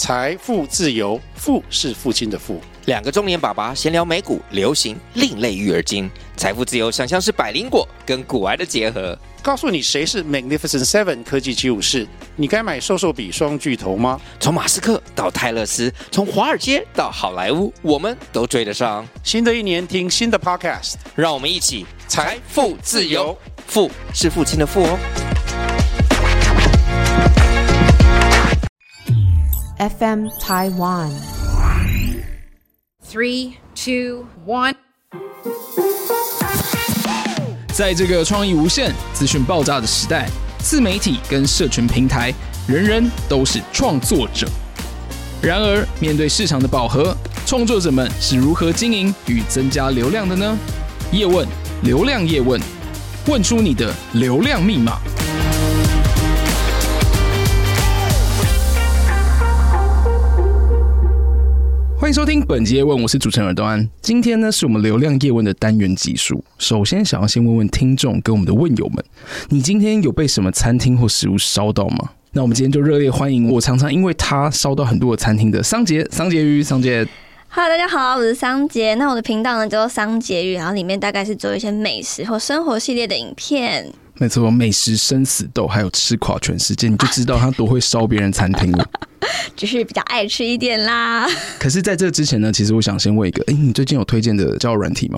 财富自由，富是父亲的富。 两个中年爸爸闲聊美股、流行、另类育儿经，财富自由想象是百灵果跟股癌的结合。 告诉你谁是 Magnificent Seven 科技75士，你该买瘦瘦比双巨头吗？ 从马斯克到泰勒斯，从华尔街到好莱坞，我们都追得上。 新的一年听新的 Podcast， 让我们一起财富自由， 富是父亲的富哦。 FM Taiwan 3, 2, 1 在这个创意无限、资讯爆炸的时代，自媒体跟社群平台，人人都是创作者。然而，面对市场的饱和，创作者们是如何经营与增加流量的呢？叶问，流量叶问，问出你的流量密码。欢迎收听本集叶问，我是主持人耳朵安。今天呢是我们流量叶问的单元集数。首先想要先问问听众跟我们的问友们，你今天有被什么餐厅或食物烧到吗？那我们今天就热烈欢迎我常常因为他烧到很多的餐厅的桑杰鱼。桑杰 Hello， 大家好，我是桑杰。那我的频道呢叫做桑杰鱼，然后里面大概是做一些美食或生活系列的影片。 没错，美食生死斗，还有吃垮全世界，你就知道他多会烧别人餐厅了。 只是比较爱吃一点啦。 可是在这之前呢，其实我想先问一个，你最近有推荐的交友软体吗？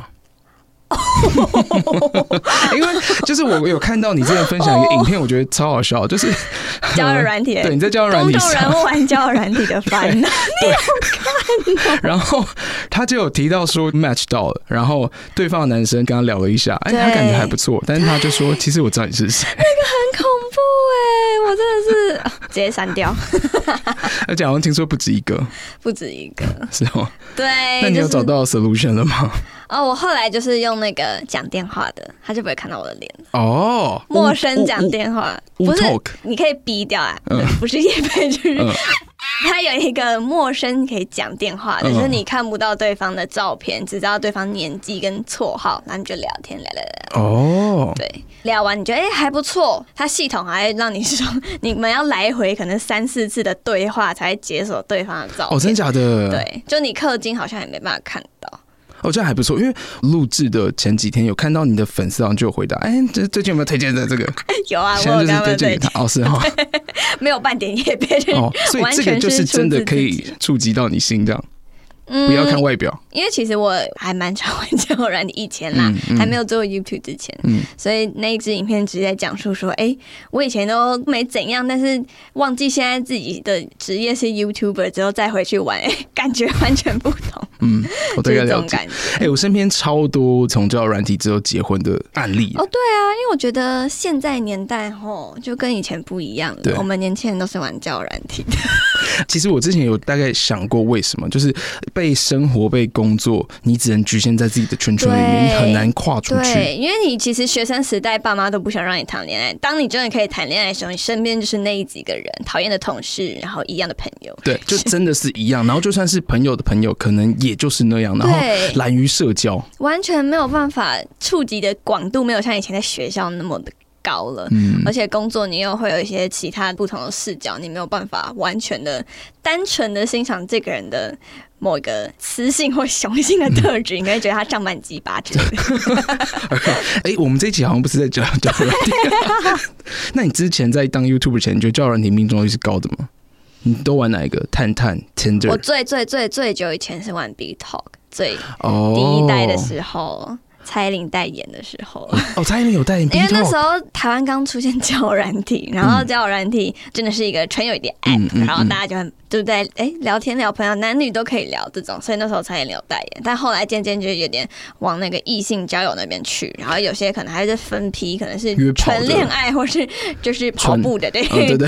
因为就是我有看到你之前分享一个影片，我觉得超好笑，就是交友软体， 对，你在交友软体上， 公众人物玩交友软体的烦恼，你有看哦？ 然后他就有提到说 match 到了，然后对方的男生跟他聊了一下，他感觉还不错，但是他就说，其实我知道你是谁， 那个很恐怖我真的是直接删掉。 而且好像听说不止一个，是吗？ 对， 那你有找到 solution 了吗？ 我后来就是用那个讲电话的，他就不会看到我的脸。 哦， 陌生讲电话，不是 talk， 你可以逼掉啊，不是业配，就是他有一个陌生可以讲电话的，就是你看不到对方的照片，只知道对方年纪跟绰号，然后你就聊天聊。 哦， 对，聊完你觉得还不错，他系统还让你说你们要来回可能3-4次的对话才会解锁对方的照片。 哦，真的假的？ 对，就你氪金好像也没办法看到。 哦，这样还不错，因为录制的前几天有看到你的粉丝好像就有回答，最近有没有推荐的这个？ 有啊， 现在就是推荐给他。哦，是哦， 没有半点业配， 所以这个就是真的可以触及到你心这样。不要看外表， 因为其实我还蛮常玩交友软体以前啦，还没有做 YouTube 之前，所以那一支影片只是在讲述说，我以前都没怎样，但是忘记现在自己的职业是 YouTuber 之后再回去玩，感觉完全不同。 我大概了解。 这种感觉。 我身边超多从交友软体之后结婚的案例。 哦，对啊，因为我觉得现在年代就跟以前不一样了，我们年轻人都是玩交友软体的。 其实我之前有大概想过为什么，就是被生活被工作，你只能局限在自己的圈圈里面，你很难跨出去。 对，因为你其实学生时代爸妈都不想让你谈恋爱，当你真的可以谈恋爱的时候，你身边就是那几个人，讨厌的同事，然后一样的朋友。对， 就真的是一样。然后就算是朋友的朋友，可能也就是那样，然后懒于社交， 完全没有办法触及的广度，没有像以前在学校那么的高了，而且工作你又会有一些其他不同的视角，你没有办法完全的单纯的欣赏这个人的某一个雌性或雄性的特质，你可以觉得他上半鸡巴之类的。 我们这一集好像不是在讲交友软体。那你之前在当 YouTuber 前，你觉得交友软体命中率是高的吗？你都玩哪一个？探探、Tinder？ 我最久以前是玩 BeeTalk， 最第一代的时候。蔡依林代言的时候， 蔡依林有代言 BeeTalk， 因为那时候台湾刚出现交友软体，然后交友软体真的是一个纯有一点 app，然后大家就很对不对？聊天聊朋友，男女都可以聊这种，所以那时候蔡依林有代言，但后来渐渐就有点往那个异性交友那边去，然后有些可能还是分批，可能是纯恋爱，或是就是跑步的，对，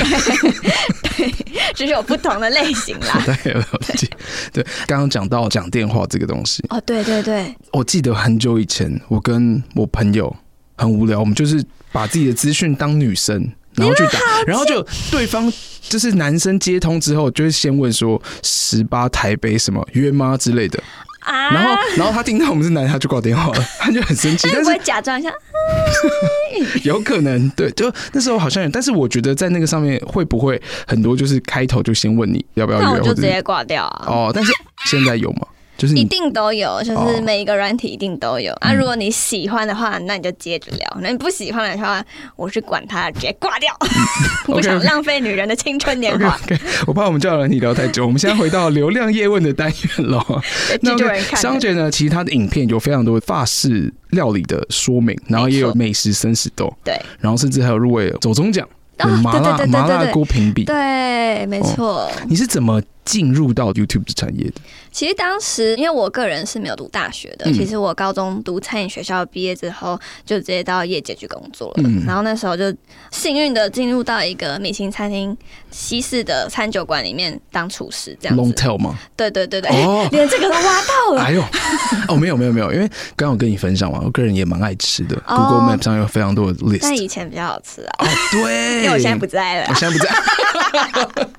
就是有不同的类型啦。 对，刚刚讲到讲电话这个东西， 对， 我记得很久以前，我跟我朋友很无聊，我们就是把自己的资讯当女生，然后去打，然后就对方就是男生接通之后，就会先问说18台北什么约吗之类的。 啊， 然后他听到我们是男的，他就挂电话了，他就很生气。但是会不会假装一下？ 有可能，对，就那时候好像有，但是我觉得在那个上面会不会很多就是开头就先问你要不要约， 那我就直接挂掉啊。 哦，但是现在有吗？就是一定都有，就是每一个软体一定都有啊。如果你喜欢的话，那你就接着聊；那你不喜欢的话，我是管他，直接挂掉。不想浪费女人的青春年华。 Okay. 我怕我们叫你聊太久，我们现在回到流量叶问的单元了。 那商姐呢，其实她的影片有非常多法式料理的说明，然后也有美食生死斗， 对， 然后甚至还有入围走中奖。麻辣锅评比， 对，没错。 你是怎么进入到 YouTube 产业的？ 其实当时因为我个人是没有读大学的，其实我高中读餐饮学校毕业之后，就直接到业界去工作了。然后那时候就幸运的进入到一个米其林餐厅西式的餐酒馆里面当厨师，这样子。 Long tail 吗？ 对，连这个都挖到了。 哎呦，没有，因为刚刚我跟你分享嘛，我个人也蛮爱吃的。Google Map 上有非常多的 list， 但以前比较好吃啊。 哦，对， 因为我现在不在了。 我现在不在。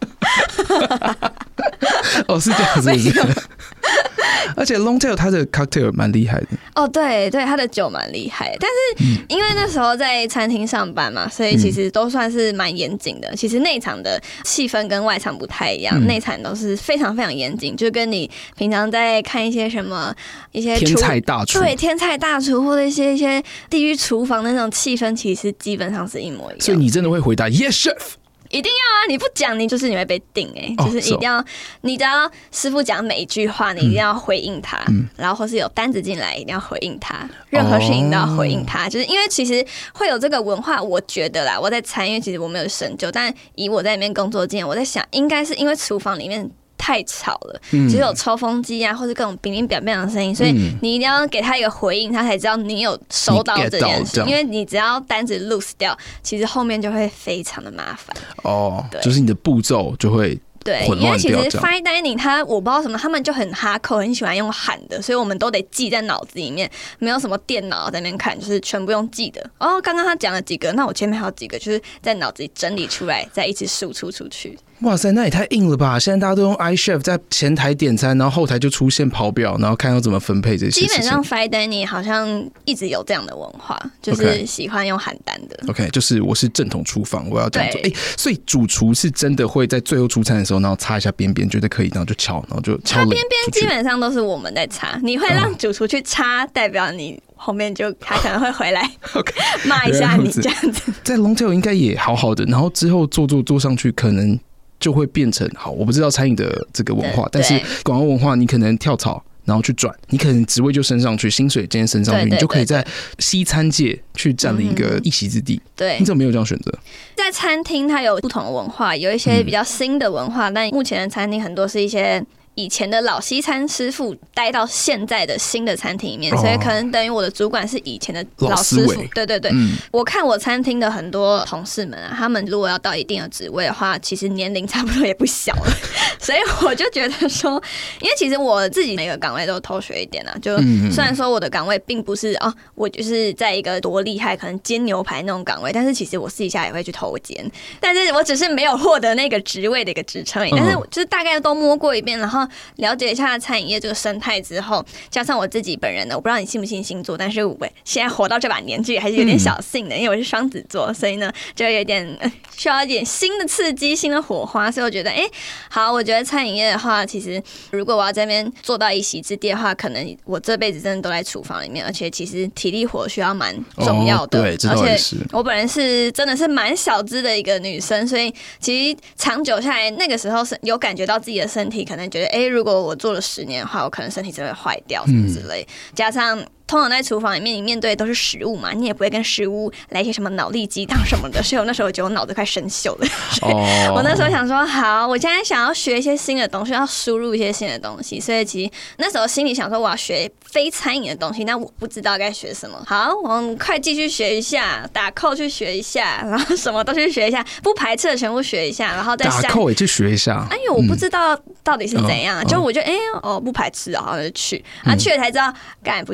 哦，是这样子，是。而且 Longtail 它的 cocktail 蛮厉害的。 哦，对，它的酒蛮厉害的。但是因为那时候在餐厅上班嘛，所以其实都算是蛮严谨的。其实内场的气氛跟外场不太一样，内场都是非常非常严谨，就跟你平常在看一些什么一些天菜大厨， 对，天菜大厨或者一些地狱厨房的那种气氛，其实基本上是一模一样。 所以你真的会回答 Yes Chef？ 一定要啊！你不讲，你会被定就是一定要，你只要师傅讲每一句话，你一定要回应他，然后或是有单子进来，一定要回应他，任何事情都要回应他。就是因为其实会有这个文化，我觉得啦，我在猜，因为其实我没有深究，但以我在里面工作经验，我在想，应该是因为厨房里面太吵了，就是有抽风机啊，或是各种乒乒乓乓的声音，所以你一定要给他一个回应，他才知道你有收到这件事。因为你只要单子 lose 掉，其实后面就会非常的麻烦。哦， 就是你的步骤就会对，因为其实 fine dining 我不知道什么，他们就很哈扣，很喜欢用喊的，所以我们都得记在脑子里面，没有什么电脑在那边看，就是全部用记的。哦，刚刚他讲了几个，那我前面还有几个，就是在脑子里整理出来，再一起输出出去。 哇塞，那也太硬了吧！现在大家都用 iChef 在前台点餐，然后后台就出现跑表，然后看要怎么分配这些事情。 基本上 fine dining 好像一直有这样的文化，就是喜欢用喊单的。 OK， 就是我是正统厨房，我要这样做。所以主厨是真的会在最后出餐的时候，然后擦一下边边，觉得可以，然后就敲，然后就敲。 擦边边基本上都是我们在擦，你会让主厨去擦，代表你后面就他可能会回来骂一下你这样子。 在 Longtail 应该也好好的，然后之后做上去可能就会变成好，我不知道餐饮的这个文化，但是广告文化你可能跳槽，然后去转，你可能职位就升上去，薪水今天升上去，你就可以在西餐界去占领一个一席之地。 对， 你怎么没有这样选择？ 在餐厅它有不同的文化，有一些比较新的文化，但目前的餐厅很多是一些以前的老西餐师傅带到现在的新的餐厅里面，所以可能等于我的主管是以前的老师傅。对，我看我餐厅的很多同事们啊，他们如果要到一定的职位的话，其实年龄差不多也不小了，所以我就觉得说，因为其实我自己每个岗位都偷学一点啊，就虽然说我的岗位并不是我就是在一个多厉害，可能煎牛排那种岗位，但是其实我私底下也会去偷煎，但是我只是没有获得那个职位的一个职称而已，但是就是大概都摸过一遍，然后了解一下餐饮业这个生态之后，加上我自己本人呢，我不知道你信不信星座，但是我现在活到这把年纪还是有点小信的，因为我是双子座，所以呢就有点需要一点新的刺激、新的火花，所以我觉得好，我觉得餐饮业的话，其实如果我要在那边做到一席之地的话，可能我这辈子真的都在厨房里面，而且其实体力活需要蛮重要的， 对， 而且我本人是真的是蛮小只的一个女生，所以其实长久下来，那个时候是有感觉到自己的身体可能觉得如果我做了10年的话，我可能身体真的会坏掉什么之类，加上通常在厨房里面，你面对的都是食物嘛，你也不会跟食物来一些什么脑力激荡什么的，所以我那时候觉得我脑子快生锈了。我那时候想说，好，我现在想要学一些新的东西，要输入一些新的东西，所以其实那时候心里想说，我要学非餐饮的东西，但我不知道该学什么。好，我们快继续学一下，打扣去学一下，然后什么都去学一下，不排斥的全部学一下，然后再打扣也去学一下。 因为我不知道到底是怎样，就我就不排斥，然后就去，去了才知道，干不行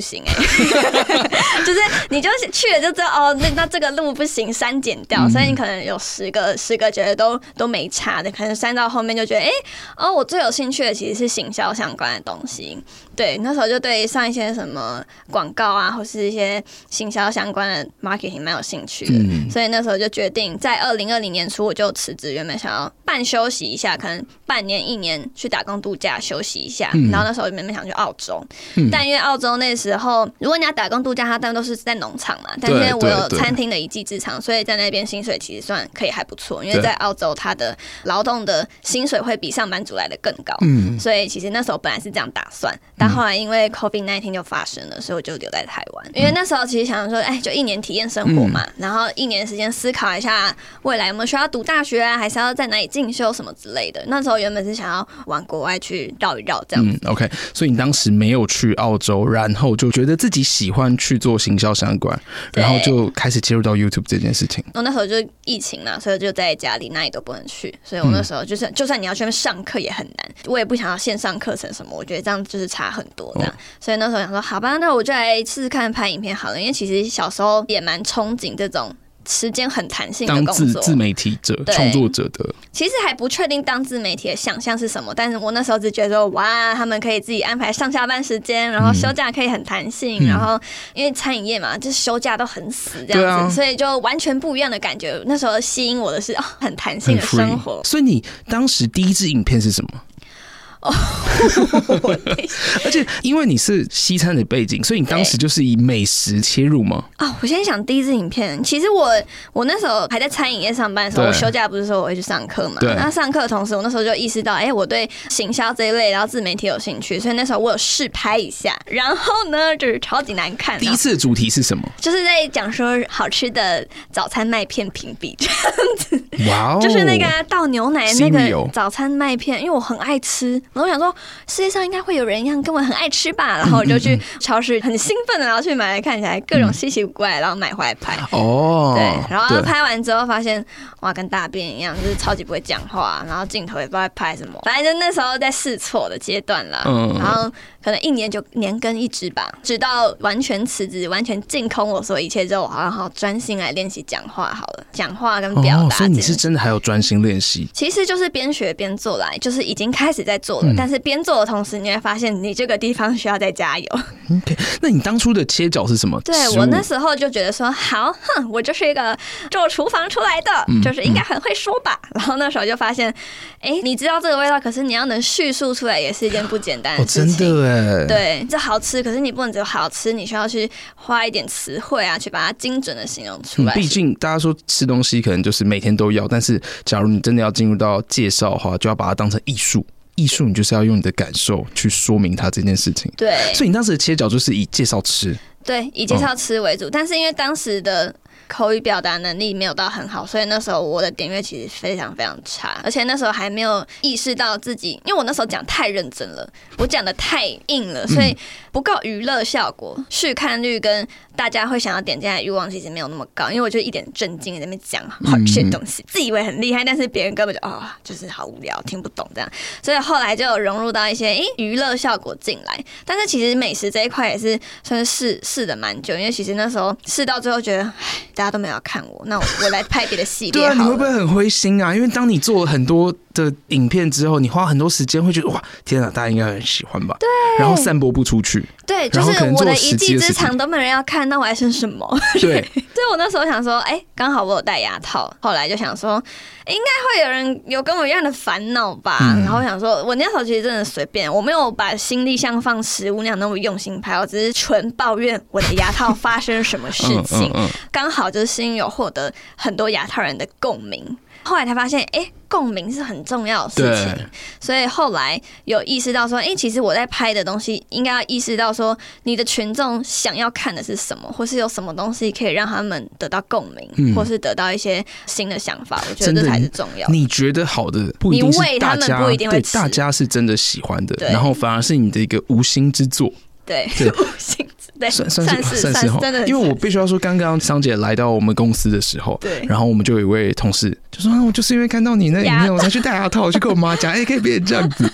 就是你就去了就知道哦，那这个路不行，删减掉，所以你可能有10个觉得都没差的，可能删到后面就觉得我最有兴趣的其实是行销相关的东西。对，那时候就对上一些什么广告啊，或是一些行销相关的 marketing 蛮有兴趣的，所以那时候就决定在2020年初我就辞职，原本想要半休息一下，可能半年1年去打工度假休息一下，然后那时候原本想去澳洲，但因为澳洲那时候如果你要打工度假，它当然都是在农场嘛，但是因为我有餐厅的一技之长，所以在那边薪水其实算可以还不错，因为在澳洲它的劳动的薪水会比上班族来的更高，所以其实那时候本来是这样打算，但后来因为 COVID-19 就发生了，所以我就留在台湾。因为那时候其实想说，就1年体验生活嘛，然后1年时间思考一下未来有没有需要读大学啊，还是要在哪里进修什么之类的。那时候原本是想要往国外去绕一绕这样子。 OK， 所以你当时没有去澳洲，然后就觉得自己喜欢去做行销相关，然后就开始切入到 YouTube 这件事情。 我那时候就疫情嘛，所以就在家里哪里都不能去，所以我那时候就算你要去那边上课也很难，我也不想要线上课程什么，我觉得这样就是差很多这样。所以那时候想说，好吧，那我就来试试看拍影片好了，因为其实小时候也蛮憧憬这种时间很弹性的工作， 当自媒体者、创作者的。 其实还不确定当自媒体的想象是什么，但是我那时候只觉得说，哇，他们可以自己安排上下班时间，然后休假可以很弹性，然后因为餐饮业嘛，就是休假都很死这样子，所以就完全不一样的感觉。那时候吸引我的是很弹性的生活。 所以你当时第一支影片是什么？而且因为你是西餐的背景，所以你当时就是以美食切入吗？ 我先想第一支影片，其实我那时候还在餐饮业上班的时候，我休假不是说我会去上课嘛？那上课的同时，我那时候就意识到，我对行销这一类，然后自媒体有兴趣，所以那时候我有试拍一下，然后呢，就是超级难看。 第一次的主题是什么？ 就是在讲说好吃的早餐麦片评比这样子。 哇哦！ 就是那个倒牛奶那个早餐麦片，因为我很爱吃。然后我想说，世界上应该会有人一样跟我很爱吃吧，然后我就去超市很兴奋的，然后去买来看起来各种稀奇古怪，然后买回来拍。对，然后拍完之后发现，哇，跟大便一样，就是超级不会讲话，然后镜头也不知道拍什么，反正就那时候在试错的阶段啦。然后可能1年就年更1支吧，直到完全辞职、完全净空我所有一切之后，我好好专心来练习讲话好了，讲话跟表达。 所以你是真的还有专心练习？ 其实就是边学边做来，就是已经开始在做了，但是边做的同时，你会发现你这个地方需要再加油。 OK， 那你当初的切角是什么？ 对，我那时候就觉得说，好，我就是一个做厨房出来的，就是应该很会说吧。然后那时候就发现，你知道这个味道，可是你要能叙述出来，也是一件不简单的事情。 真的耶。 对，这好吃，可是你不能只有好吃，你需要去花一点词汇啊，去把它精准的形容出来。 毕竟大家说吃东西可能就是每天都要，但是假如你真的要进入到介绍的话，就要把它当成艺术。艺术，你就是要用你的感受去说明它这件事情。 对， 所以你当时的切角就是以介绍吃。 对，以介绍吃为主，但是因为当时的口语表达能力没有到很好，所以那时候我的点阅其实非常非常差，而且那时候还没有意识到自己，因为我那时候讲太认真了，我讲的太硬了，所以不够娱乐效果，续看率跟大家会想要点进来的欲望其实没有那么高，因为我就一点正经在那边讲好吃的东西，自以为很厉害，但是别人根本就就是好无聊，听不懂这样，所以后来就有融入到一些娱乐效果进来，但是其实美食这一块也是算是试的蛮久，因为其实那时候试到最后觉得，大家都没有要看我，那我来拍别的系列好了。 对啊，你会不会很灰心啊？因为当你做了很多的影片之后，你花很多时间，会觉得哇，天啊，大家应该很喜欢吧？对。然后散播不出去。对， 就是我的一技之长都没人要看，那我还剩什么？ 对。 所以我那时候想说，刚好我有戴牙套，后来就想说，应该会有人有跟我一样的烦恼吧。然后想说，我那时候其实真的随便，我没有把心力像放食物那样那么用心拍，我只是纯抱怨我的牙套发生什么事情。刚好就是因为有获得很多牙套人的共鸣。后来才发现，共鸣是很重要的事情，所以后来有意识到说，其实我在拍的东西应该要意识到说，你的群众想要看的是什么，或是有什么东西可以让他们得到共鸣，或是得到一些新的想法，我觉得这才是重要的。 你觉得好的不一定是大家， 你喂他们不一定会吃， 对，大家是真的喜欢的，然后反而是你的一个无心之作。 对，无心之对，算是真的。 因为我必须要说，刚刚桑姐来到我们公司的时候， 对， 然后我们就有一位同事就说，我就是因为看到你那影片，我才去戴牙套，我去跟我妈讲，可以变成这样子。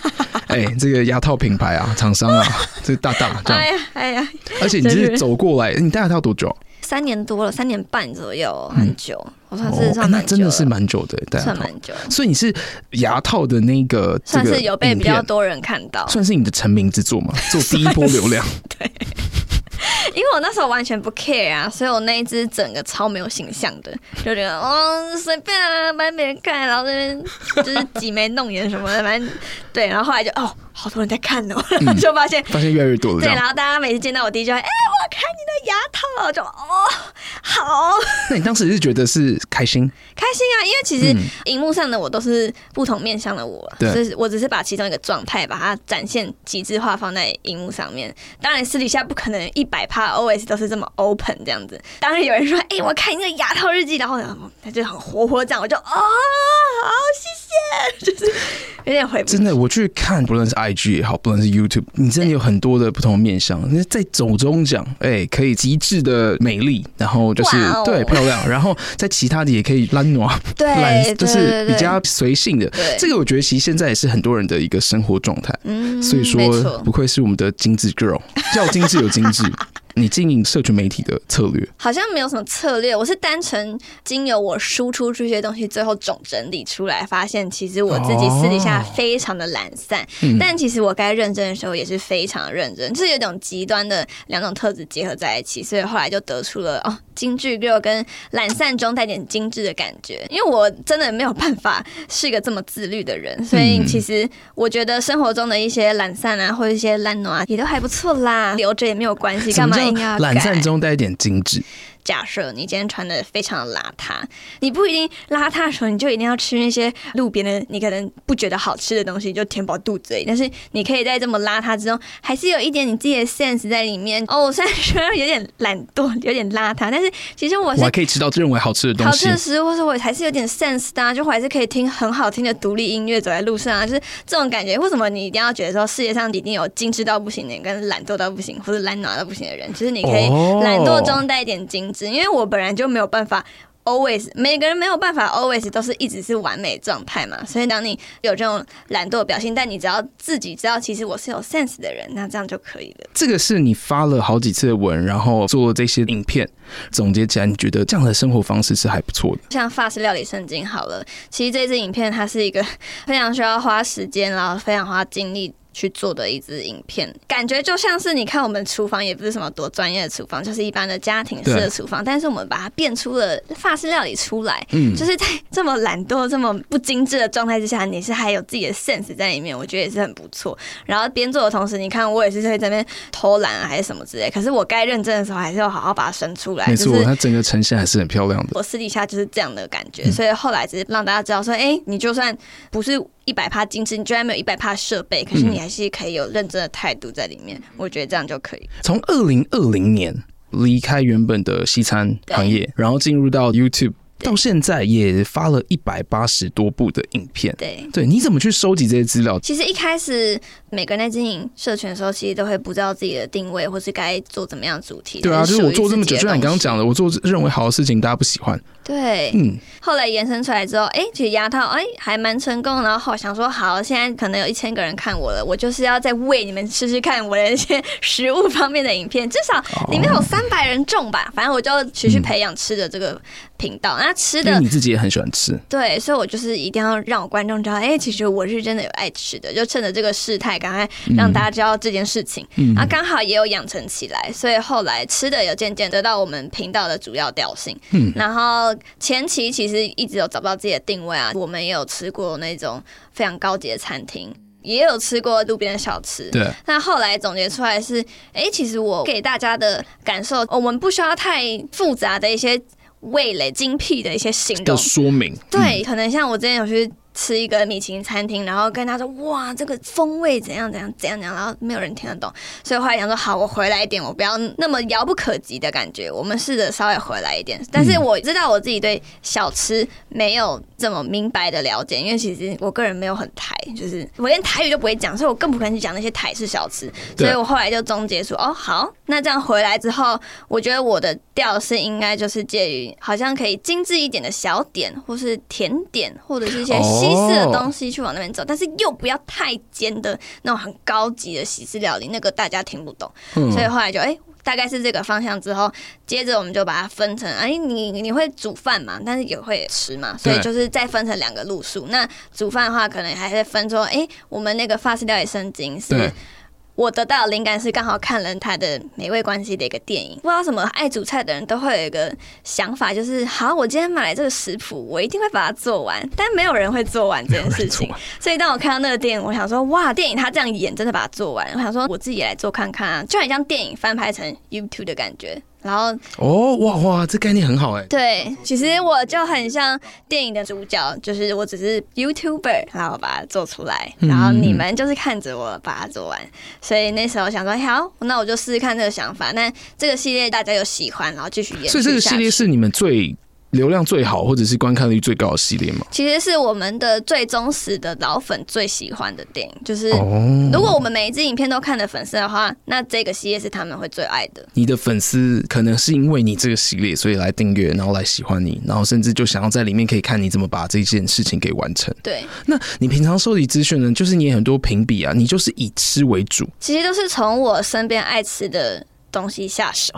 这个牙套品牌啊，厂商啊，这大这样。 哎呀！ 而且你是走过来，你戴牙套多久 ？3年多了，3年半左右，很久。我算是算蛮久的， 那真的是蛮久的，戴牙套算蛮久。 所以你是牙套的那个， 算是有被比较多人看到， 算是你的成名之作嘛？做第一波流量。 对。因为我那时候完全不 care 啊，所以我那一支整个超没有形象的，就觉得随便啊，反正没人看，然后那边就是挤眉弄眼什么的，反正对，然后后来就好多人在看哦，就发现越来越多了。 对，然后大家每次见到我第一句话，我看你的牙套，就好。 那你当时是觉得是开心啊，因为其实荧幕上的我都是不同面向的我，所以我只是把其中一个状态把它展现极致化放在荧幕上面。当然私底下不可能100% always 都是这么 open 这样子。当然有人说，我看你那个牙套日记，然后他就很活泼这样，我就好谢谢，就是有点回不去。真的，我去看，不论是 IG 也好，不论是 YouTube， 你真的有很多的不同的面向。那在走中奖，可以极致的美丽，然后就是对漂亮，然后在其他的也可以懒暖， 对， 就是比较随性的。这个我觉得其实现在也是很多人的一个生活状态。所以说不愧是我们的精致 girl， 叫精致有精致。你经营社群媒体的策略好像没有什么策略，我是单纯经由我输出这些东西，最后总整理出来，发现其实我自己私底下非常的懒散，但其实我该认真的时候也是非常的认真，就是有种极端的2种特质结合在一起，所以后来就得出了精致6跟懒散中带点精致的感觉。因为我真的没有办法是一个这么自律的人，所以其实我觉得生活中的一些懒散啊，或者一些懒惰啊，也都还不错啦，留着也没有关系，干嘛硬要改？ 懒散中带一点精致。 假设你今天穿的非常的邋遢，你不一定邋遢的时候你就一定要吃那些路边的你可能不觉得好吃的东西就填饱肚子而已，但是你可以在这么邋遢之中还是有一点你自己的 sense 在里面。我虽然说有点懒惰有点邋遢，但是其实我还可以吃到认为好吃的东西， 好吃的食物，或是我还是有点 sense 的啊，就我还是可以听很好听的独立音乐走在路上啊，就是这种感觉。为什么你一定要觉得说世界上一定有精致到不行的人跟懒惰到不行或者懒惰到不行的人，就是你可以懒惰中带一点精致。因为我本人就没有办法 always， 每个人没有办法 always 都是一直是完美状态嘛，所以当你有这种懒惰的表现，但你只要自己知道其实我是有 sense 的人，那这样就可以了。 这个是你发了好几次的文，然后做这些影片，总结起来你觉得这样的生活方式是还不错的。 像法式料理圣经好了，其实这支影片它是一个非常需要花时间然后非常花精力去做的一支影片，感觉就像是你看我们厨房也不是什么多专业的厨房，就是一般的家庭式的厨房，但是我们把它变出了法式料理出来，就是在这么懒惰这么不精致的状态之下，你是还有自己的 sense 在里面，我觉得也是很不错。然后边做的同时，你看我也是在这边偷懒还是什么之类，可是我该认真的时候还是要好好把它生出来。 没错，它整个呈现还是很漂亮的。 我私底下就是这样的感觉，所以后来只是让大家知道说，你就算不是100% 精致，你就算没有100% 设备，可是你还是可以有认真的态度在里面，我觉得这样就可以。 从2020年离开原本的西餐行业，然后进入到 YouTube， 到现在也发了180多部的影片。对，你怎么去收集这些资料？ 其实一开始每个人在经营社群的时候，其实都会不知道自己的定位，或是该做怎么样的主题。 对啊，就是我做这么久，就像你刚刚讲的，我做认为好的事情，大家不喜欢。 对，后来延伸出来之后，其实牙套还蛮成功，然后想说好，现在可能有1000个人看我了，我就是要再喂你们试试看我的一些食物方面的影片，至少里面有300人中吧，反正我就持续培养吃的这个频道。那吃的， 因为你自己也很喜欢吃， 对，所以我就是一定要让我观众知道，其实我是真的有爱吃的，就趁着这个事态，赶快让大家知道这件事情。然后刚好也有养成起来，所以后来吃的有渐渐得到我们频道的主要调性。然后前期其实一直有找不到自己的定位啊，我们也有吃过那种非常高级的餐厅，也有吃过路边的小吃。 对， 那后来总结出来是，其实我给大家的感受，我们不需要太复杂的一些味蕾精辟的一些形容的说明。 对，可能像我之前有去吃一个米其林餐厅，然后跟他说哇这个风味怎样怎样怎样怎样，然后没有人听得懂，所以后来想说好，我回来一点，我不要那么遥不可及的感觉，我们试着稍微回来一点。但是我知道我自己对小吃没有这么明白的了解，因为其实我个人没有很台，就是我连台语都不会讲，所以我更不可能去讲那些台式小吃。所以我后来就总结出，哦，好，那这样回来之后，我觉得我的调式应该就是介于好像可以精致一点的小点，或是甜点，或者是一些西式的东西去往那边走，但是又不要太尖的那种很高级的西式料理，那个大家听不懂。所以后来就大概是这个方向之后，接着我们就把它分成，你会煮饭嘛，但是也会吃嘛，所以就是再分成2个路数。那煮饭的话，可能还会分说，我们那个法式料理圣经是我得到的灵感是刚好看了他的美味关系的一个电影，不知道什么爱煮菜的人都会有一个想法，就是好，我今天买来这个食谱，我一定会把它做完，但没有人会做完这件事情。所以当我看到那个电影，我想说，哇，电影他这样演真的把它做完，我想说我自己也来做看看啊，就很像电影翻拍成 YouTube 的感觉。然后哇，这概念很好对，其实我就很像电影的主角，就是我只是 YouTuber， 然后把它做出来，然后你们就是看着我把它做完。所以那时候想说，好，那我就试试看这个想法。那这个系列大家有喜欢，然后继续延续下去。 所以这个系列是你们流量最好或者是观看率最高的系列吗？ 其实是我们的最忠实的老粉最喜欢的电影，就是如果我们每一支影片都看的粉丝的话，那这个系列是他们会最爱的。 你的粉丝可能是因为你这个系列，所以来订阅，然后来喜欢你，然后甚至就想要在里面可以看你怎么把这件事情给完成。 对， 那你平常收集资讯呢？就是你也很多评比啊，你就是以吃为主。 其实都是从我身边爱吃的东西下手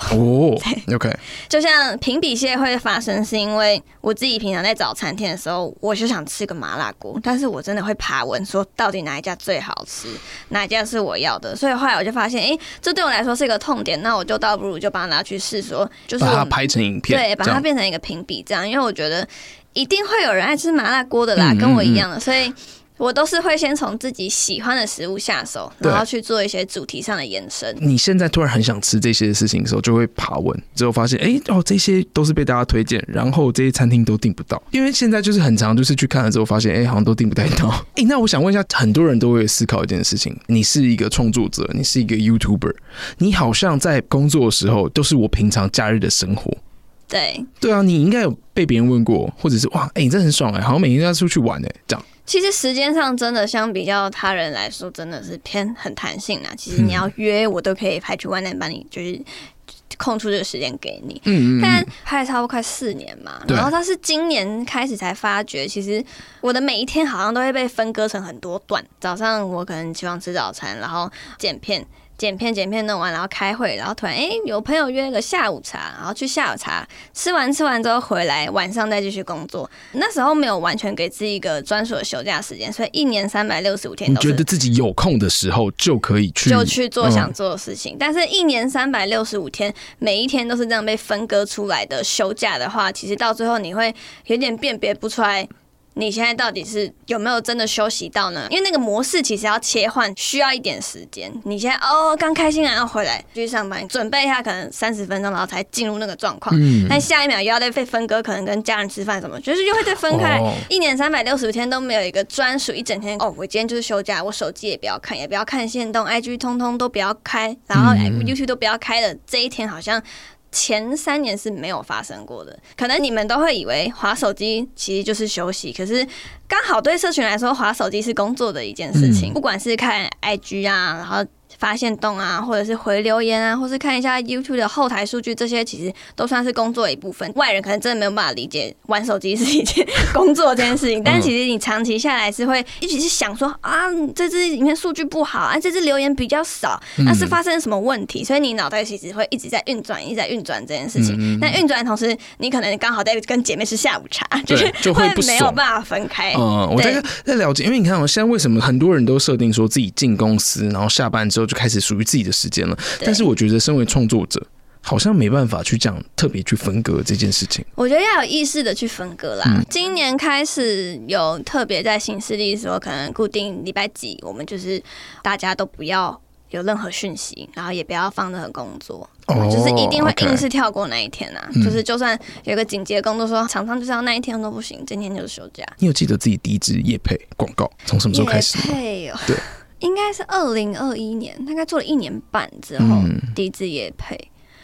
OK， 就像评比系列会发生，是因为我自己平常在找餐厅的时候，我就想吃个麻辣锅，但是我真的会爬文说到底哪一家最好吃，哪一家是我要的，所以后来我就发现，这对我来说是一个痛点，那我就倒不如就把它拿去试说，就是把它拍成影片， 对，把它变成一个评比这样，因为我觉得一定会有人爱吃麻辣锅的啦，跟我一样的，所以我都是会先从自己喜欢的食物下手，然后去做一些主题上的延伸。你现在突然很想吃这些事情的时候，就会爬文，之后发现，这些都是被大家推荐，然后这些餐厅都订不到，因为现在就是很常就是去看了之后发现，好像都订不太到。那我想问一下，很多人都会思考一件事情，你是一个创作者，你是一个 YouTuber， 你好像在工作的时候都是我平常假日的生活。对啊，你应该有被别人问过，或者是哇，你真的很爽好像每天都要出去玩这样。 其实时间上真的相比较他人来说，真的是偏很弹性啦。其实你要约我都可以排除万难帮你，就是空出这个时间给你。但拍了差不多快4年嘛，然后他是今年开始才发觉，其实我的每一天好像都会被分割成很多段。早上我可能起床吃早餐，然后剪片弄完，然后开会，然后突然有朋友约个下午茶，然后去下午茶吃完之后回来，晚上再继续工作。那时候没有完全给自己一个专属的休假时间，所以1年365天都是。 你觉得自己有空的时候就可以去做想做的事情，但是1年365天每一天都是这样被分割出来的休假的话，其实到最后你会有点辨别不出来你现在到底是有没有真的休息到呢？因为那个模式其实要切换需要一点时间。你现在刚开心然后回来继续上班，准备一下可能30分钟，然后才进入那个状况。但下一秒又要再被分割，可能跟家人吃饭什么，就是又会再分开。1年365天都没有一个专属一整天。我今天就是休假，我手机也不要看，也不要看限动 ，IG 通通都不要开，然后 YouTube 都不要开的这一天好像前3年是没有发生过的。可能你们都会以为滑手机其实就是休息，可是刚好对社群来说，滑手机是工作的一件事情。不管是看 IG 啊，然后发现动啊，或者是回留言啊，或是看一下 YouTube 的后台数据，这些其实都算是工作的一部分。外人可能真的没有办法理解玩手机是一件工作这件事情，但其实你长期下来是会一直是想说这支影片数据不好这支留言比较少，那是发生什么问题？所以你脑袋其实会一直在运转，一直在运转这件事情。那运转的同时，你可能刚好在跟姐妹吃下午茶，就会没有办法分开。 我在了解，因为你看现在为什么很多人都设定说自己进公司，然后下班之后就开始属于自己的时间了，但是我觉得身为创作者好像没办法去这样特别去分割这件事情。 我觉得要有意识的去分割啦。今年开始有特别在行事历说，可能固定礼拜几，我们就是大家都不要有任何讯息，然后也不要放任何工作，就是一定会硬是跳过那一天啊。就是就算有一个紧急的工作说厂商就是要那一天都不行，今天就是休假。 你有记得自己第一支业配广告从什么时候开始吗？ 业配对。 应该是2021年，大概做了1年半之后，第一支业配。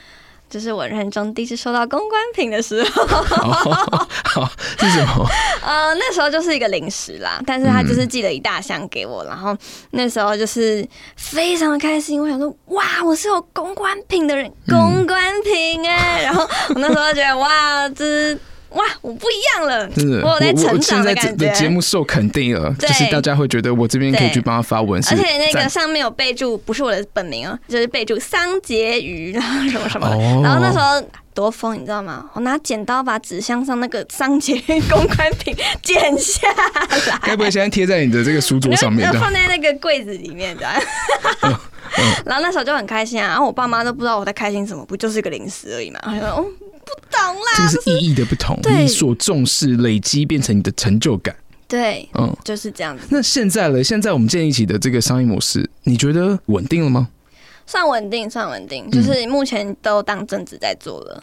就是我人生中第一次收到公关品的时候。 好，是什么？ 那时候就是一个零食啦，但是他就是寄了一大箱给我，然后那时候就是非常的开心，我想说哇，我是有公关品的人，公关品然后我那时候觉得哇，哇，我不一样了，我有在成长的感觉。 我现在的节目受肯定了，就是大家会觉得我这边可以去帮他发文， 而且那个上面有备注，不是我的本名哦，就是备注桑婕妤，然后什么什么的。然后那时候多疯，你知道吗？我拿剪刀把纸箱上那个桑婕妤公关品剪下来。 该不会现在贴在你的这个书桌上面？ 放在那个柜子里面的。然后那时候就很开心啊，然后我爸妈都不知道我在开心什么，不就是个零食而已嘛。然后不懂啦， 这个是意义的不同，你所重视累积变成你的成就感。 对，就是这样子。 那现在呢？现在我们建立起的这个商业模式，你觉得稳定了吗？ 算稳定，就是目前都当正职在做了。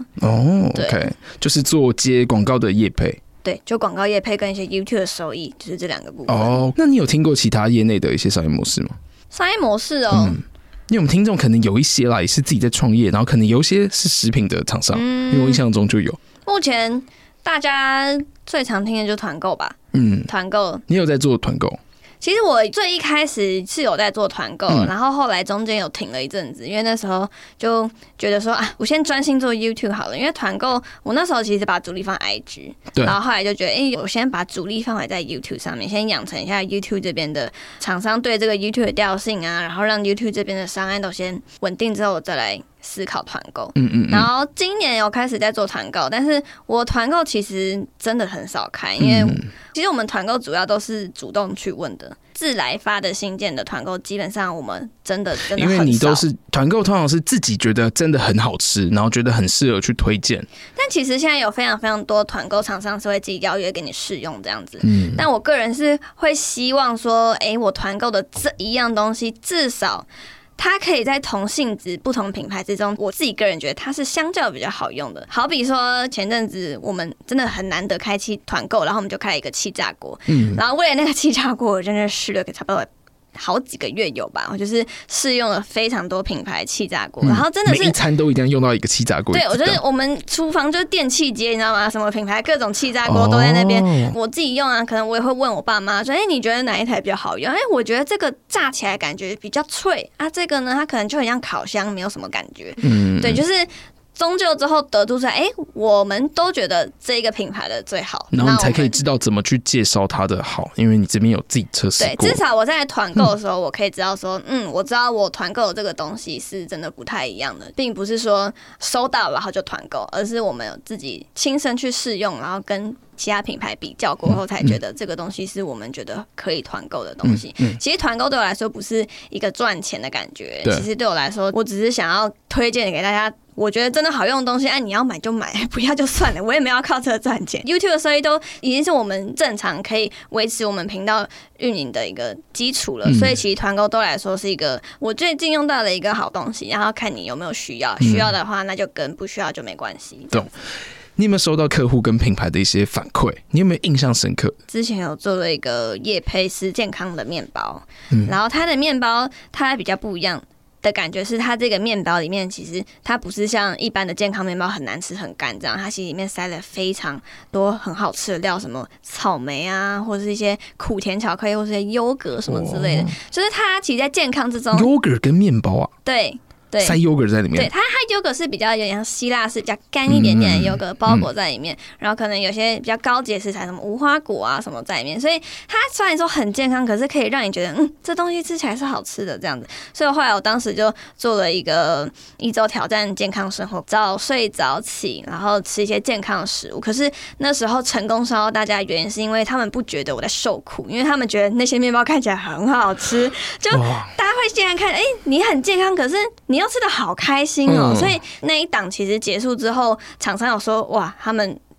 OK， 就是做接广告的业配。 对，就广告业配跟一些 YouTube 的收益，就是这两个部分。 那你有听过其他业内的一些商业模式吗？ 商业模式因为我们听众可能有一些啦，也是自己在创业，然后可能有一些是食品的厂商，因为我印象中就有。 目前大家最常听的就是团购吧，团购。 你有在做团购？ 其实我最一开始是有在做团购，然后后来中间有停了一阵子，因为那时候就觉得说啊，我先专心做 YouTube 好了。因为团购，我那时候其实把主力放 IG， 然后后来就觉得，我先把主力放在 YouTube 上面，先养成一下 YouTube 这边的厂商对这个 YouTube 的调性啊，然后让 YouTube 这边的商案都先稳定之后，我再来思考团购。然后今年有开始在做团购，但是我团购其实真的很少开，因为其实我们团购主要都是主动去问的，自来发的新建的团购，基本上我们真的很少。 因为你都是团购，通常是自己觉得真的很好吃，然后觉得很适合去推荐。 但其实现在有非常非常多团购厂商是会自己邀约给你试用这样子。但我个人是会希望说，我团购的这一样东西至少它可以在同性质不同品牌之中，我自己个人觉得它是相较比较好用的。好比说前阵子我们真的很难得开团购，然后我们就开了一个气炸锅，然后为了那个气炸锅，我真的试了差不多好几个月有吧，我就是试用了非常多品牌气炸锅，然后真的是每一餐都一定要用到一个气炸锅。 对，我觉得我们厨房就是电器街，你知道吗？什么品牌各种气炸锅都在那边。我自己用啊，可能我也会问我爸妈说：“你觉得哪一台比较好用？”我觉得这个炸起来感觉比较脆啊，这个呢，它可能就很像烤箱，没有什么感觉。对，就是。终究之后得出来，我们都觉得这个品牌的最好， 然后你才可以知道怎么去介绍它的好，因为你这边有自己测试过。 对，至少我在团购的时候，我可以知道说，我知道我团购的这个东西是真的不太一样的，并不是说收到然后就团购，而是我们有自己亲身去试用，然后跟其他品牌比较过后，才觉得这个东西是我们觉得可以团购的东西。其实团购对我来说不是一个赚钱的感觉，其实对我来说，我只是想要推荐给大家。我觉得真的好用的东西，你要买就买，不要就算了。我也没有要靠这个赚钱。YouTube 的收益都已经是我们正常可以维持我们频道运营的一个基础了，所以其实团购对我来说是一个我最近用到的一个好东西。然后看你有没有需要，需要的话那就跟，不需要就没关系。 懂。你有没有收到客户跟品牌的一些反馈？你有没有印象深刻？ 之前有做了一个业配是健康的面包，然后它的面包它比较不一样。的感觉是它这个面包里面其实它不是像一般的健康面包很难吃很干这样，它其实里面塞了非常多很好吃的料，什么草莓啊，或者是一些苦甜巧克力，或者是一些优格什么之类的，就是它其实在健康之中， 优格跟面包啊， 对。 塞优格在里面， 对，它优格是比较有点像希腊式，比较干一点点的优格包裹在里面，然后可能有些比较高级的食材，什么无花果啊什么在里面，所以它虽然说很健康，可是可以让你觉得这东西吃起来是好吃的这样子。所以后来我当时就做了一个1周挑战健康生活，早睡早起，然后吃一些健康的食物。可是那时候成功烧到大家的原因是因为他们不觉得我在受苦，因为他们觉得那些面包看起来很好吃，就大家会竟然看，你很健康，可是你又吃的好开心哦，所以那一档其实结束之后，厂商有说哇，他们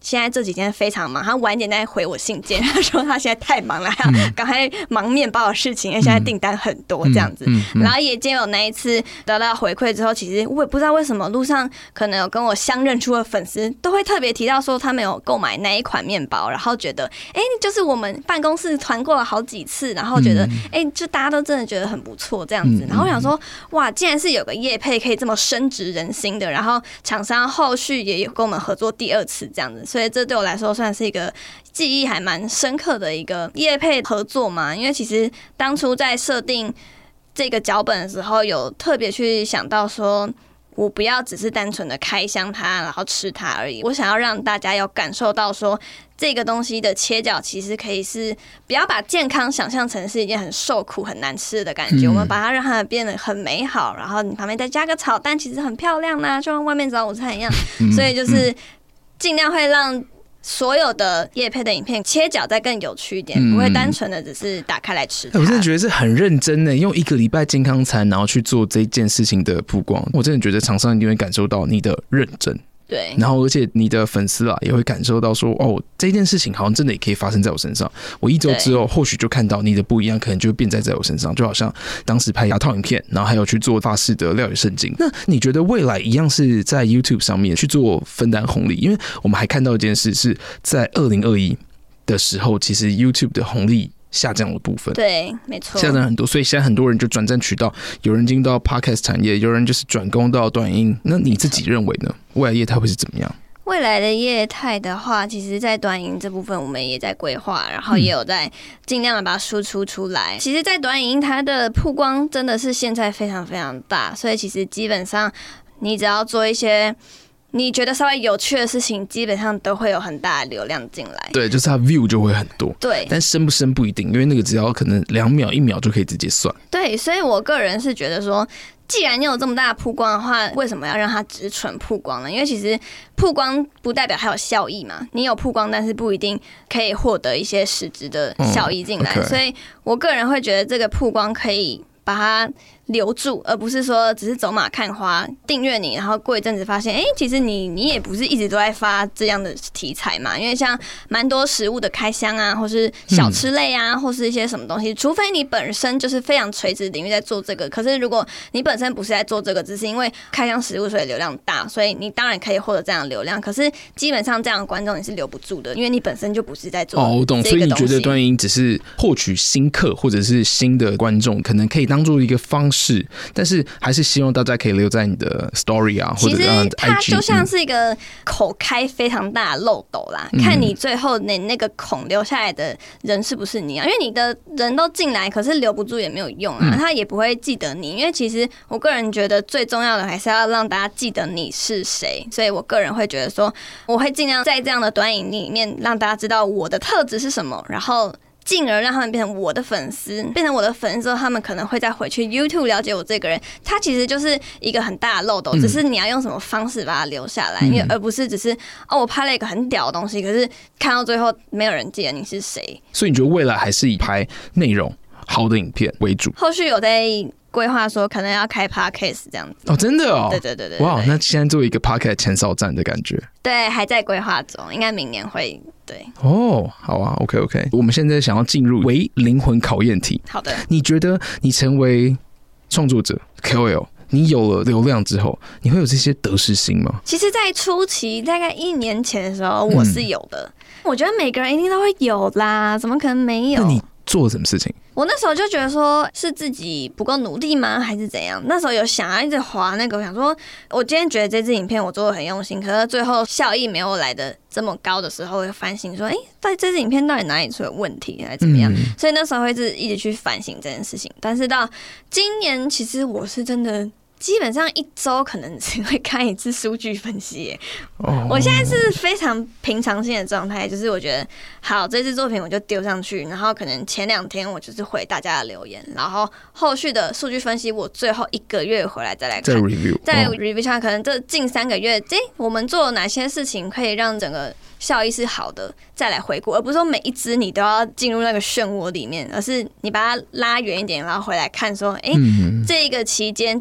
现在这几天非常忙，他晚点再回我信件，他说他现在太忙了，还要赶快忙面包的事情，因为现在订单很多这样子。然后也借有那一次得到回馈之后，其实我也不知道为什么路上可能有跟我相认出的粉丝都会特别提到说他们有购买那一款面包，然后觉得就是我们办公室团过了好几次，然后觉得就大家都真的觉得很不错这样子。然后我想说，哇，竟然是有个业配可以这么深植人心的，然后厂商后续也有跟我们合作第2次这样子，所以这对我来说算是一个记忆还蛮深刻的一个业配合作嘛。因为其实当初在设定这个脚本的时候，有特别去想到说，我不要只是单纯的开箱它然后吃它而已，我想要让大家有感受到说这个东西的切角其实可以是不要把健康想象成是一件很受苦很难吃的感觉，我们把它让它变得很美好，然后你旁边再加个炒蛋其实很漂亮啦，就像外面早午餐一样。所以就是尽量会让所有的业配的影片切角再更有趣一点，不会单纯的只是打开来吃它。 我真的觉得是很认真的，用1个礼拜健康餐然后去做这件事情的曝光，我真的觉得厂商一定会感受到你的认真。 对， 然后而且你的粉丝也会感受到说，这件事情好像真的也可以发生在我身上。我1周之后或许就看到你的不一样，可能就会变在我身上。就好像当时拍牙套影片，然后还有去做法式的料理圣经。那你觉得未来一样是在 YouTube 上面去做分担红利？因为我们还看到一件事是在2021的时候，其实 YouTube 的红利下降的部分， 对，没错， 下降很多，所以现在很多人就转战渠道，有人进到 Podcast 产业，有人就是转攻到短音。那你自己认为呢？未来业态会是怎么样？ 未来的业态的话，其实在短影这部分我们也在规划，然后也有在尽量的把它输出出来。其实在短影它的曝光真的是现在非常非常大，所以其实基本上你只要做一些你觉得稍微有趣的事情，基本上都会有很大的流量进来。 对，就是它 view 就会很多。 对， 但深不深不一定，因为那个只要可能2秒1秒就可以直接算。 对，所以我个人是觉得说，既然你有这么大的曝光的话，为什么要让它只纯曝光呢？因为其实曝光不代表它有效益嘛，你有曝光，但是不一定可以获得一些实质的效益进来。 okay. 所以我个人会觉得这个曝光可以把它留住，而不是说只是走马看花订阅你，然后过一阵子发现其实你也不是一直都在发这样的题材嘛。因为像蛮多食物的开箱啊，或是小吃类啊，或是一些什么东西，除非你本身就是非常垂直领域在做这个，可是如果你本身不是在做这个，只是因为开箱食物所以流量大，所以你当然可以获得这样的流量，可是基本上这样的观众你是留不住的，因为你本身就不是在做我懂。所以你觉得短影只是获取新客或者是新的观众，可能可以当做一个方式，但是还是希望大家可以留在你的 story 啊，或者 IG。其实它就像是一个口开非常大的漏斗啦，看你最后你那个孔留下来的人是不是你啊？因为你的人都进来，可是留不住也没有用啊，他也不会记得你。因为其实我个人觉得最重要的还是要让大家记得你是谁，所以我个人会觉得说，我会尽量在这样的短影里面让大家知道我的特质是什么，然后进而让他们变成我的粉丝，变成我的粉丝之后，他们可能会再回去 YouTube 了解我这个人。他其实就是一个很大的漏斗，只是你要用什么方式把它留下来，因为而不是只是我拍了一个很屌的东西，可是看到最后没有人记得你是谁。 所以你觉得未来还是以拍内容好的影片为主？ 后续有在规划说可能要开 podcast 这样子。 真的哦？ 对对对对。 哇，那现在做一个 podcast 前哨站的感觉。 对，还在规划中，应该明年会。对， 好啊 ，OK， 我们现在想要进入为灵魂考验题。 好的， 你觉得你成为创作者 KOL， 你有了流量之后，你会有这些得失心吗？ 其实，在初期大概1年前的时候，我是有的。我觉得每个人一定都会有啦，怎么可能没有？ 那你做了什么事情？ 我那时候就觉得说，是自己不够努力吗，还是怎样？那时候有想要一直滑那个，我想说，我今天觉得这支影片我做的很用心，可是最后效益没有来的这么高的时候，会反省说，到底这支影片到底哪里出了问题，还是怎么样？所以那时候会一直去反省这件事情。但是到今年，其实我是真的。基本上1周可能只会看1次数据分析耶。我现在是非常平常心的状态，就是我觉得好，这支作品我就丢上去，然后可能前2天我就是回大家的留言，然后后续的数据分析我最后1个月回来再来看，再 review 下可能这近3个月，我们做了哪些事情可以让整个效益是好的，再来回顾，而不是说每一支你都要进入那个漩涡里面，而是你把它拉远一点，然后回来看说，这个期间这一季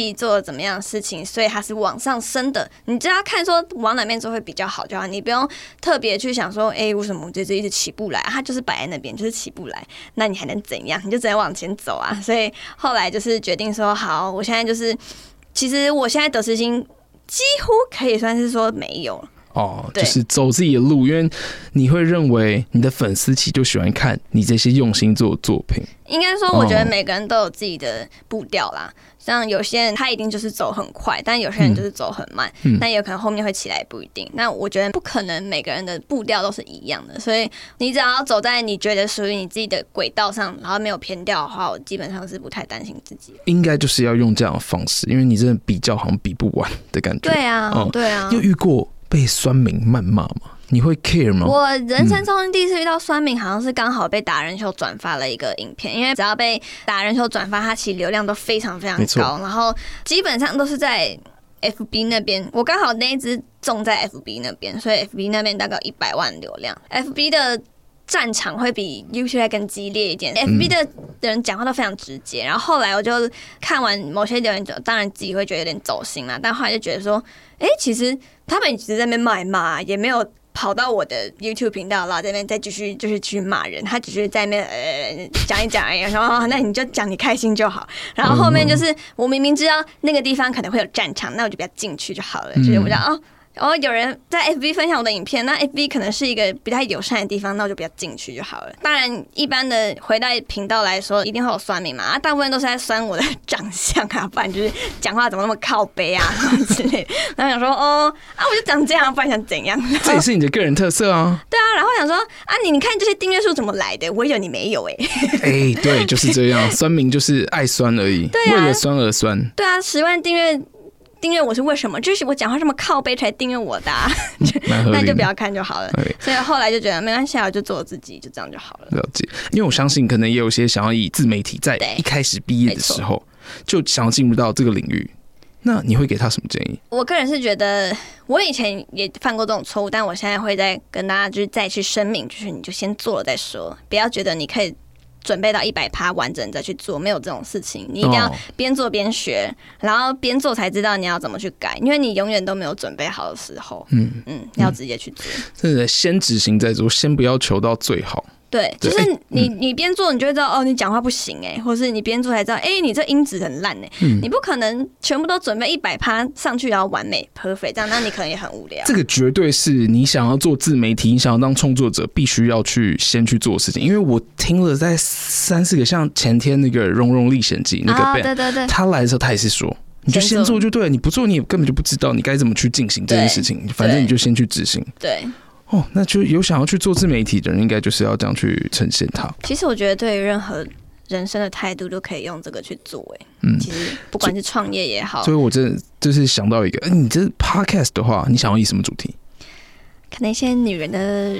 己做了怎么样的事情，所以它是往上升的。你只要看说往哪边做会比较好就好，你不用特别去想说，为什么我这只一直起不来？它就是摆在那边，就是起不来，那你还能怎样？你就只能往前走啊。所以后来就是决定说，好，我现在就是，其实我现在得失心几乎可以算是说没有了。 就是走自己的路，因为你会认为你的粉丝其实就喜欢看你这些用心做的作品。 应该说，我觉得每个人都有自己的步调啦。像有些人他一定就是走很快，但有些人就是走很慢，但也有可能后面会起来，不一定。那我觉得不可能每个人的步调都是一样的，所以你只要走在你觉得属于你自己的轨道上，然后没有偏掉的话，我基本上是不太担心自己。应该就是要用这样的方式，因为你真的比较好像比不完的感觉。对啊，对啊。你有遇过被酸民谩骂吗？你会 care 吗？我人生中第一次遇到酸民，好像是刚好被达人秀转发了一个影片，因为只要被达人秀转发，它其实流量都非常非常高，然后基本上都是在 FB 那边。我刚好那一支中在 FB 那边，所以 FB 那边大概100万流量。FB 的战场会比 YouTube 更激烈一点。FB 的人讲话都非常直接，然后后来我就看完某些留言，当然自己会觉得有点走心啦，但后来就觉得说，其实他们只是在那边骂一骂，也没有跑到我的 YouTube 频道，然后在那边再继续就是去骂人，他只是在那边讲一讲而已，然后那你就讲你开心就好。然后后面就是我明明知道那个地方可能会有战场，那我就不要进去就好了，就是我讲有人在 FB 分享我的影片，那 FB 可能是一个不太友善的地方，那我就不要进去就好了。当然，一般的回到频道来说，一定会有酸民嘛，大部分都是在酸我的长相啊，不然就是讲话怎么那么靠北啊之类的。然后想说，我就长这样，不然想怎样？这也是你的个人特色啊。对啊，然后想说你看这些订阅数怎么来的？我有你没有对，就是这样，酸民就是爱酸而已，为了酸而酸。对啊，10万订阅我是为什么？就是我讲话这么靠背才订阅我的那就不要看就好了。所以后来就觉得没关系，我就做我自己，就这样就好了。了解，因为我相信可能也有些想要以自媒体在一开始毕业的时候就想要进入到这个领域，那你会给他什么建议？我个人是觉得，我以前也犯过这种错误，但我现在会再跟大家就是再去声明，就是你就先做了再说，不要觉得你可以准备到100%完整再去做，没有这种事情。你一定要边做边学，然后边做才知道你要怎么去改，因为你永远都没有准备好的时候。要直接去做，真的先执行再做，先不要求到最好。对，就是你边做，你就会知道你讲话不行或是你边做才知道你这音质很烂你不可能全部都准备100%上去，然后完美 perfect 这样，那你可能也很无聊。这个绝对是你想要做自媒体，你想要当创作者，必须要先去做的事情。因为我听了在3-4个，像前天那个《蓉蓉历险记》那个 Ben， 对，他来的时候他也是说，你就先做就对了，你不做你也根本就不知道你该怎么去进行这件事情，反正你就先去执行。对。那就有想要去做自媒体的人，应该就是要这样去呈现它。其实我觉得，对于任何人生的态度，都可以用这个去做。其实不管是创业也好，所以我真的就是想到一个，你这 podcast 的话，你想要以什么主题？可能一些女人的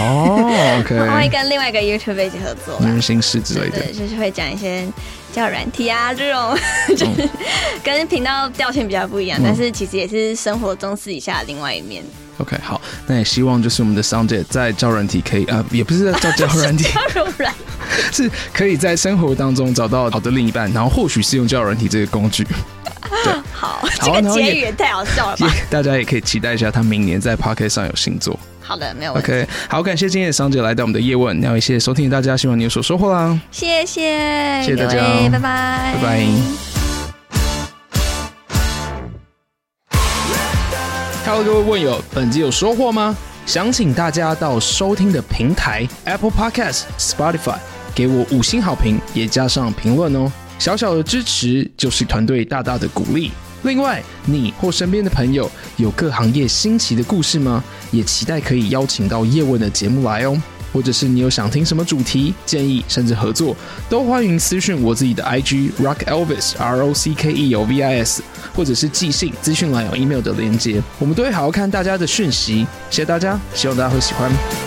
OK， 我会跟另外一个 YouTuber 一起合作，女人心事之类的，对，就是会讲一些交友软体啊这种，就是跟频道调性比较不一样，但是其实也是生活中私底下的另外一面。OK， 好，那也希望就是我们的商姐在交友软体可以也不是在交友软体，是可以在生活当中找到好的另一半，然后或许是用交友软体这个工具。对，好，这个结语也太好笑了吧！大家也可以期待一下，他明年在 Podcast 上有新作。好的，没有问题。OK， 好，感谢今天的商姐来到我们的叶问，那也谢谢收听大家，希望你有所收获啦。谢谢大家，拜拜，拜拜。Hello， 各位问友，本集有收获吗？想请大家到收听的平台 Apple Podcast、Spotify 给我5星好评，也加上评论哦。小小的支持就是团队大大的鼓励。另外，你或身边的朋友有各行业新奇的故事吗？也期待可以邀请到叶问的节目来哦。或者是你有想听什么主题、建议，甚至合作，都欢迎私讯我自己的 IG Rock Elvis ROCKELVIS， 或者是寄信，资讯栏有 email 的连结，我们都会好好看大家的讯息。谢谢大家，希望大家会喜欢。